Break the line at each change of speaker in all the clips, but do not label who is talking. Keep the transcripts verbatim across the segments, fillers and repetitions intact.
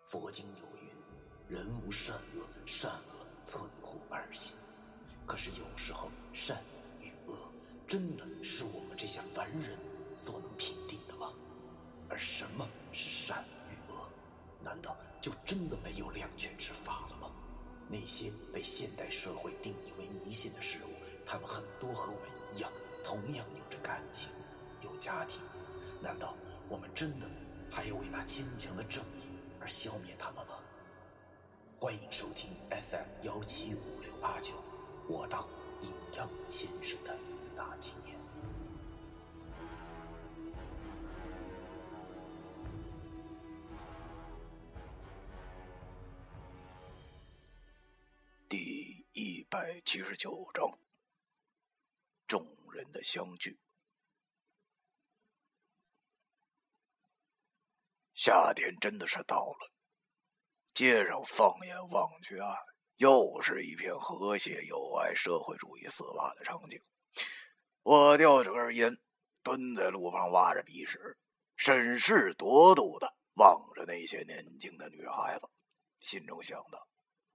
佛经有云，人无善恶，善恶存乎二心。可是有时候善与恶真的是我们这些凡人所能评定的吗？而什么是善与恶？难道就真的没有两全之法了吗？那些被现代社会定义为迷信的事物，他们很多和我们一样，同样有着感情，有家庭。难道我们真的还要为那坚强的正义而消灭他们吗？欢迎收听 F M 幺七五六八九，我当阴阳先生的大纪念。第一百七十九章，众人的相聚。夏天真的是到了，街上放眼望去啊，又是一片和谐友爱社会主义丝袜的场景。我叼着根烟，蹲在路旁挖着鼻屎，审视夺度的望着那些年轻的女孩子，心中想到，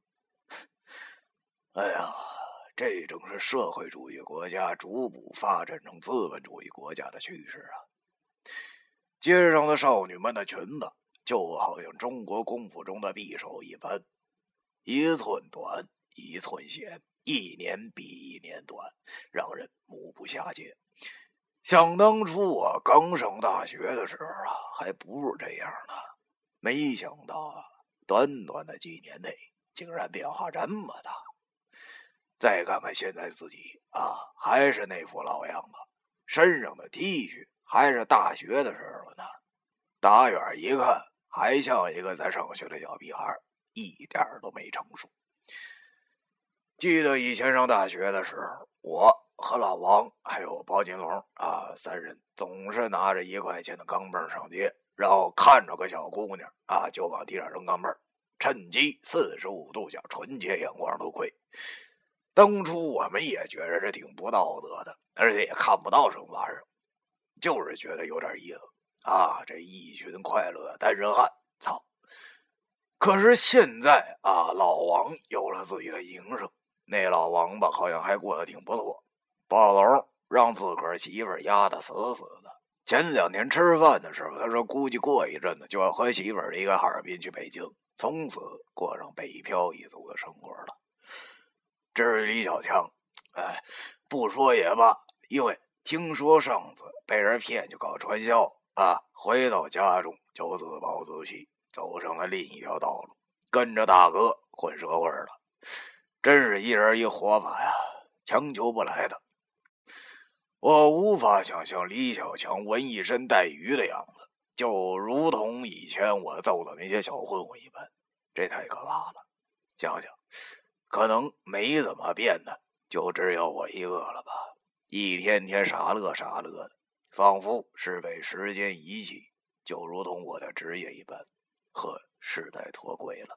哎呀，这正是社会主义国家逐步发展成资本主义国家的趋势啊！街上的少女们的裙子就好像中国功夫中的匕首一般，一寸短一寸险，一年比一年短，让人目不暇接。想当初我刚上大学的时候啊，还不是这样的，没想到啊，短短的几年内竟然变化这么大。再看看现在自己啊，还是那副老样子，身上的 T 恤还是大学的时候呢，打远一看还像一个在上学的小屁孩，一点都没成熟。记得以前上大学的时候，我和老王还有包金龙啊，三人总是拿着一块钱的钢镚上街，然后看着个小姑娘啊，就往地上扔钢镚，趁机四十五度角纯洁眼光都窥。当初我们也觉着这挺不道德的，而且也看不到什么玩意儿，就是觉得有点意思啊，这一群快乐单身汉，操！可是现在啊，老王有了自己的营生，那老王吧好像还过得挺不错，包龙让自个儿媳妇儿压得死死的。前两天吃饭的时候，他说估计过一阵子就要和媳妇儿离开哈尔滨去北京，从此过上北漂一族的生活了。至于李小强，哎，不说也罢，因为听说上次被人骗去搞传销啊，回到家中就自暴自弃，走上了另一条道路，跟着大哥混社会了。真是一人一活法呀，强求不来的。我无法想象李小强纹一身带鱼的样子，就如同以前我揍的那些小混混一般，这太可怕了。想想可能没怎么变的就只有我一个了吧，一天天傻乐傻乐的，仿佛是被时间遗弃，就如同我的职业一般，和时代脱轨了。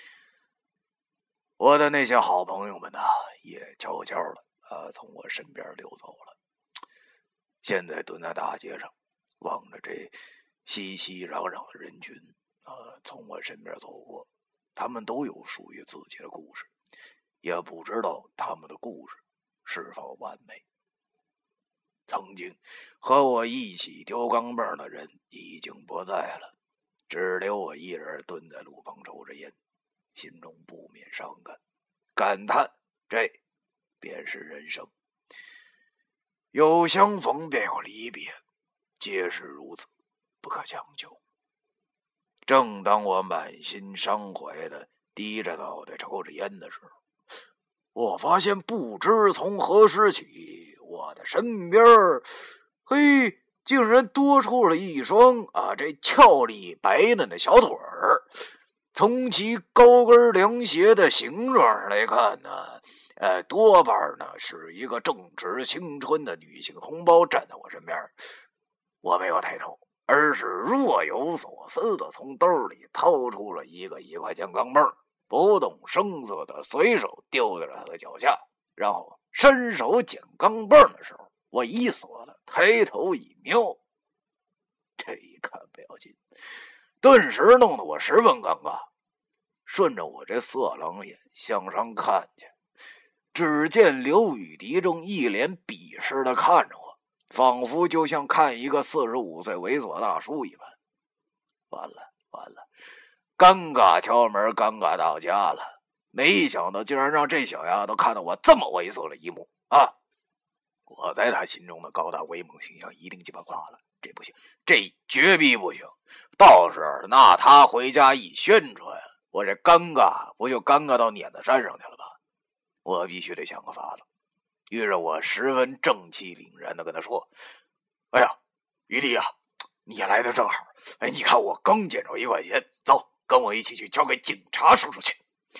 我的那些好朋友们呢，也悄悄的啊从我身边溜走了。现在蹲在大街上，望着这熙熙攘攘的人群啊从我身边走过，他们都有属于自己的故事，也不知道他们的故事是否完美。曾经和我一起丢钢镚的人已经不在了，只留我一人蹲在路旁抽着烟，心中不免伤感，感叹这便是人生。有相逢便有离别，皆是如此，不可强求。正当我满心伤怀的低着脑袋抽着烟的时候，我发现不知从何时起，我的身边嘿，竟然多出了一双啊这俏丽白嫩的小腿儿。从其高跟凉鞋的形状上来看呢，呃，多半呢是一个正值青春的女性同胞站在我身边。我没有抬头，而是若有所思的从兜里掏出了一个一块钱钢镚，不动声色的随手丢在了他的脚下，然后伸手捡钢镚的时候，我一锁了，抬头一瞄，这一看不要紧， 顿时弄得我十分尴尬。顺着我这色狼眼向上看去，只见刘雨迪正一脸鄙视地看着我，仿佛就像看一个四十五岁猥琐大叔一般。完了完了，尴尬敲门，尴尬到家了。没想到竟然让这小丫头看到我这么猥琐的一幕啊！我在她心中的高大威猛形象一定鸡巴垮了，这不行，这绝逼不行！到时候那她回家一宣传，我这尴尬不就尴尬到碾子山上去了吧？我必须得想个法子。于是我十分正气凛然地跟他说：“哎呀，余弟啊，你来的正好。哎，你看我刚捡着一块钱，走，跟我一起去交给警察叔叔去。”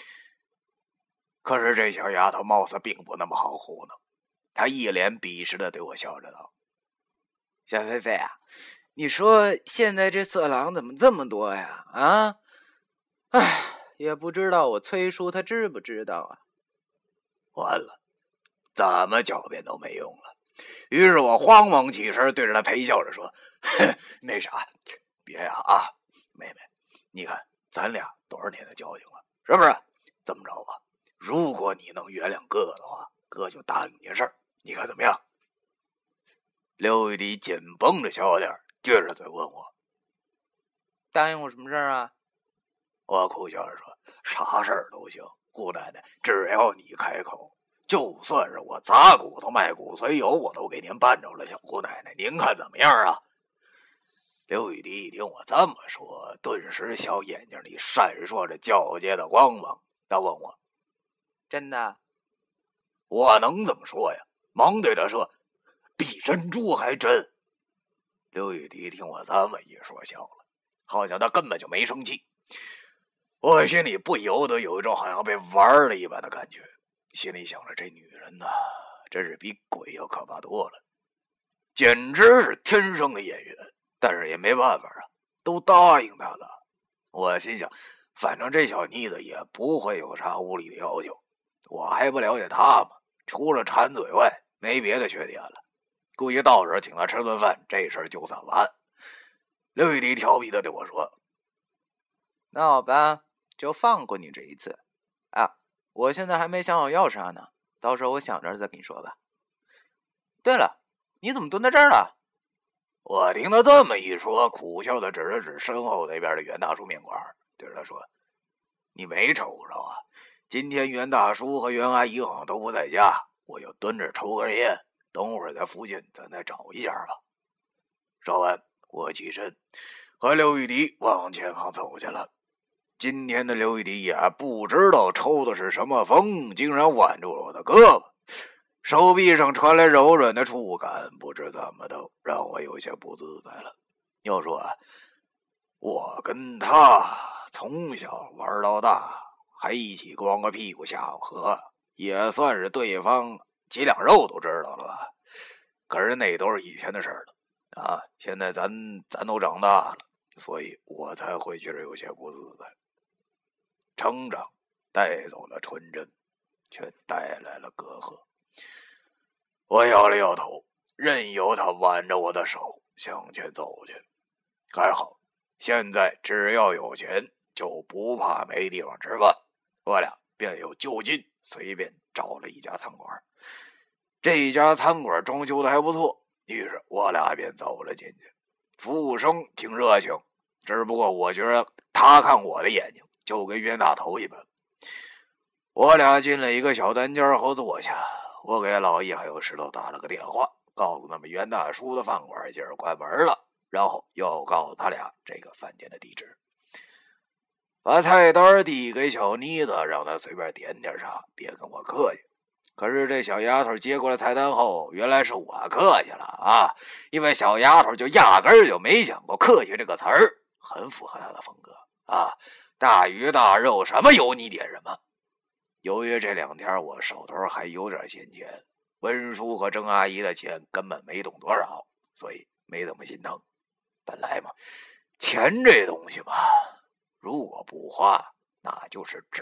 可是这小丫头貌似并不那么好糊弄，她一脸鄙视地对我笑着道：“
小菲菲啊，你说现在这色狼怎么这么多呀？啊，哎，也不知道我崔叔他知不知道啊？”
完了，怎么狡辩都没用了。于是我慌忙起身，对着他陪笑着说：“那啥，别呀啊，妹妹，你看咱俩多少年的交情了，是不是？这么着吧，如果你能原谅哥哥的话，哥就答应你件事儿，你看怎么样？”刘玉迪紧绷着小脸，撅着嘴问我：“
答应我什么事儿啊？”
我苦笑着说：“啥事儿都行，姑奶奶，只要你开口，就算是我砸骨头卖骨髓油，我都给您办着了。小姑奶奶，您看怎么样啊？”刘雨迪一听我这么说，顿时小眼睛里闪烁着皎洁的光芒。他问我：“
真的？”
我能怎么说呀？忙对他说：“比珍珠还真。”刘雨迪听我这么一说，笑了，好像他根本就没生气。我心里不由得有一种好像被玩了一般的感觉，心里想着这女人呐，真是比鬼要可怕多了，简直是天生的演员。但是也没办法啊，都答应他了。我心想，反正这小妮子也不会有啥无理的要求，我还不了解她吗？除了馋嘴外，没别的缺点了。估计到时候请她吃顿饭，这事儿就算完。刘玉迪调皮的对我说：“
那好吧，就放过你这一次啊！我现在还没想好要啥呢，到时候我想着再跟你说吧。对了，你怎么蹲在这儿了？”
我听他这么一说，苦笑的指了指身后那边的袁大叔面馆，对着他说：“你没瞅着啊？今天袁大叔和袁阿姨好像都不在家，我就蹲着抽根烟，等会儿在附近咱再找一下吧。”说完，我起身和刘玉迪往前方走去了。今天的刘玉迪也不知道抽的是什么风，竟然挽住了我的胳膊。手臂上传来柔软的触感，不知怎么的让我有些不自在了。要说啊，我跟他从小玩到大，还一起光个屁股下过河，也算是对方几两肉都知道了吧。可是那都是以前的事了啊！现在咱咱都长大了，所以我才会觉得有些不自在。成长带走了纯真，却带来了隔阂。我摇了摇头，任由他挽着我的手向前走去。还好，现在只要有钱，就不怕没地方吃饭。我俩便有就近随便找了一家餐馆。这一家餐馆装修的还不错，于是我俩便走了进去。服务生挺热情，只不过我觉得他看我的眼睛就跟冤大头一般。我俩进了一个小单间后坐下，我给老易还有石头打了个电话，告诉他们袁大叔的饭馆今儿关门了，然后又告诉他俩这个饭店的地址，把菜单递给小妮子，让她随便点点啥，别跟我客气。可是这小丫头接过了菜单后，原来是我客气了啊！因为小丫头就压根儿就没想过客气这个词儿，很符合她的风格啊！大鱼大肉，什么油你点什么。由于这两天我手头还有点闲钱，文叔和郑阿姨的钱根本没动多少，所以没怎么心疼。本来嘛，钱这东西嘛，如果不花，那就是纸。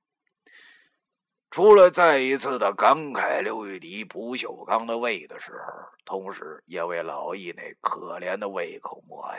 除了再一次的感慨刘玉迪不锈钢的胃的时候，同时也为老易那可怜的胃口默哀。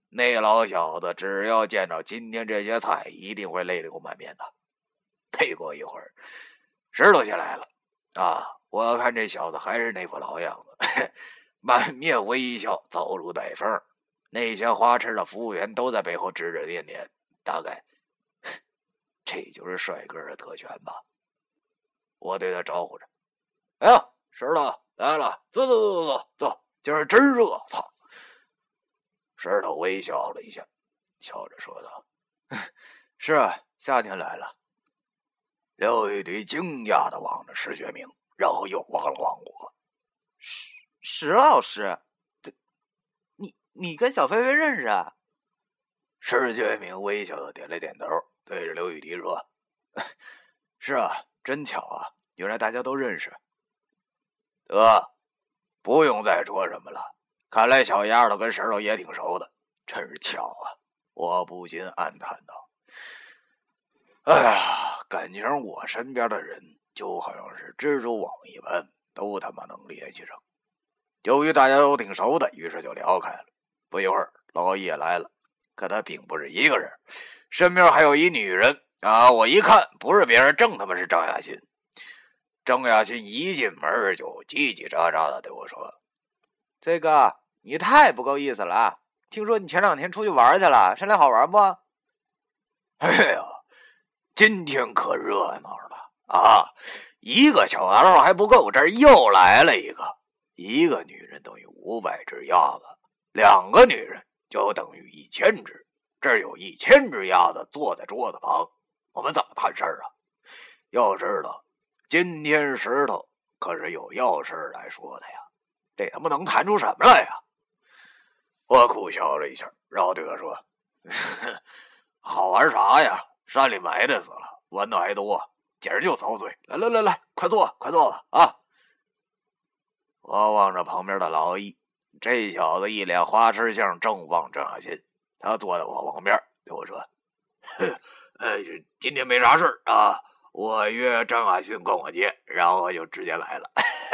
那老小子只要见到今天这些菜，一定会泪流满面的。没过一会儿，石头先来了啊！我看这小子还是那副老样子，满面微笑，走路带风。那些花痴的服务员都在背后指指点点，大概这就是帅哥的特权吧。我对他招呼着：“哎呀，石头来了，坐坐坐坐坐坐，今儿真热，操！”石头微笑了一下，笑着说道：“
是啊，夏天来了。”
刘玉迪惊讶的望着石学明，然后又望了望我。
石石老师，你你跟小飞飞认识啊？
石学明微笑的点了点头，对着刘玉迪说：“
是啊，真巧啊，原来大家都认识。”
得，不用再说什么了。看来小丫头跟石头也挺熟的，真是巧啊！我不禁暗叹道：“哎呀，感情我身边的人就好像是蜘蛛网一般，都他妈能联系上。”由于大家都挺熟的，于是就聊开了。不一会儿，老易也来了，可他并不是一个人，身边还有一女人啊！我一看，不是别人，正他妈是张雅欣。张雅欣一进门就叽叽喳喳的对我说：“
这个你太不够意思了，听说你前两天出去玩去了，山里好玩不？”
哎呀，今天可热闹了啊！一个小丫头还不够，这儿又来了一个。一个女人等于五百只鸭子，两个女人就等于一千只。这儿有一千只鸭子坐在桌子旁，我们怎么谈事儿啊？要知道，今天石头可是有要事来说的呀，这他妈能谈出什么来呀？我苦笑了一下，然后对他说：“好玩啥呀？山里埋汰死了，玩的还多，今儿就遭罪。来来来来，快坐，快坐吧啊！”我望着旁边的老易，这小子一脸花痴相，正望张雅欣。他坐在我旁边，对我说：“呃，今天没啥事啊，我约张雅欣逛逛街，然后就直接来了。”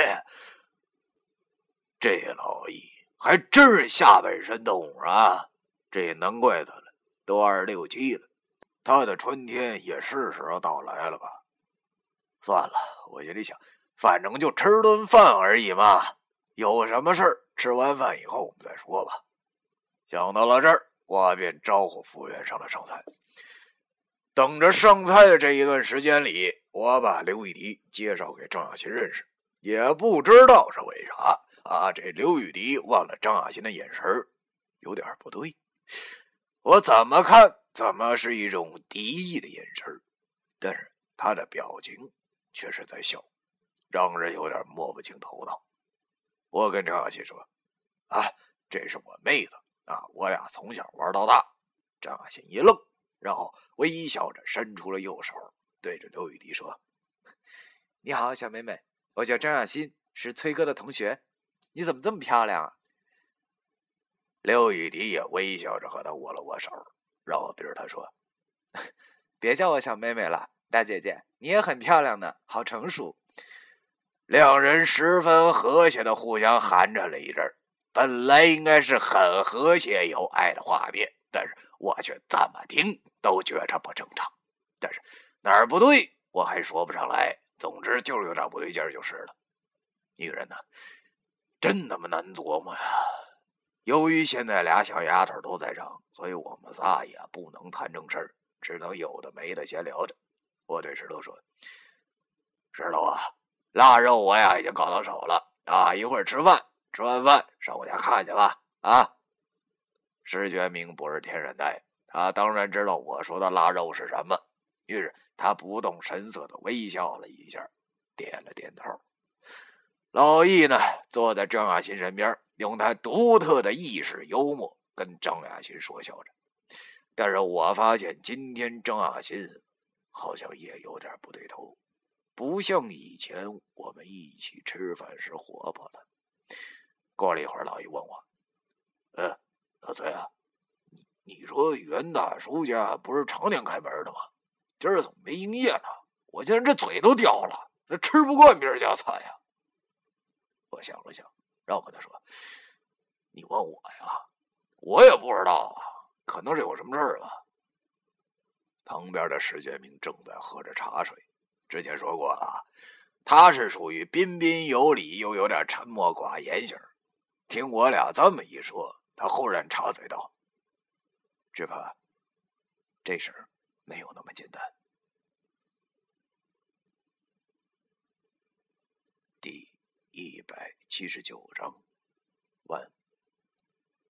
这老易还真是下半身动物啊！这也难怪他了，都二十六七了，他的春天也是时候到来了吧？算了，我心里想，反正就吃顿饭而已嘛，有什么事儿吃完饭以后我们再说吧。想到了这儿，我便招呼服务员上来上菜。等着上菜的这一段时间里，我把刘玉迪介绍给张雅欣认识，也不知道是为啥啊，这刘玉迪望了张雅欣的眼神有点不对，我怎么看怎么是一种敌意的眼神，但是他的表情却是在笑，让人有点摸不清头脑。我跟张雅欣说：“啊，这是我妹子啊，我俩从小玩到大。”张雅欣一愣，然后微笑着伸出了右手，对着刘雨迪说：“
你好，小妹妹，我叫张雅欣，是崔哥的同学。你怎么这么漂亮啊？”
刘雨迪也微笑着和他握了握手，然后对着他说：“
别叫我小妹妹了，大姐姐，你也很漂亮呢，好成熟。”
两人十分和谐的互相寒碜了一阵，本来应该是很和谐有爱的画面，但是我却怎么听都觉着不正常。但是哪儿不对我还说不上来，总之就是有点不对劲儿就是了。一个人呢，真他妈难琢磨呀。由于现在俩小丫头都在场，所以我们仨也不能谈正事儿，只能有的没的闲聊着。我对石头说：“石头啊，腊肉我呀已经搞到手了啊，一会儿吃饭，吃完饭上我家看去吧啊。”石觉明不是天然呆，他当然知道我说的腊肉是什么，于是他不动声色的微笑了一下，点了点头。老易呢，坐在张雅欣身边，用他独特的意识幽默跟张雅欣说笑着。但是我发现今天张雅欣好像也有点不对头，不像以前我们一起吃饭时活泼了。过了一会儿，老易问我：“呃，老崔啊，你你说袁大叔家不是常年开门的吗？今儿怎么没营业呢？我现在这嘴都掉了，这吃不惯别人家菜呀。”我想了想，然后跟他说：“你问我呀， 我也不知道啊，可能是有什么事儿吧。旁边的石觉明正在喝着茶水，之前说过了，他是属于彬彬有礼又有点沉默寡言型。听我俩这么一说，他忽然插嘴道：“只怕这事儿没有那么简单。”第一百七十九章完。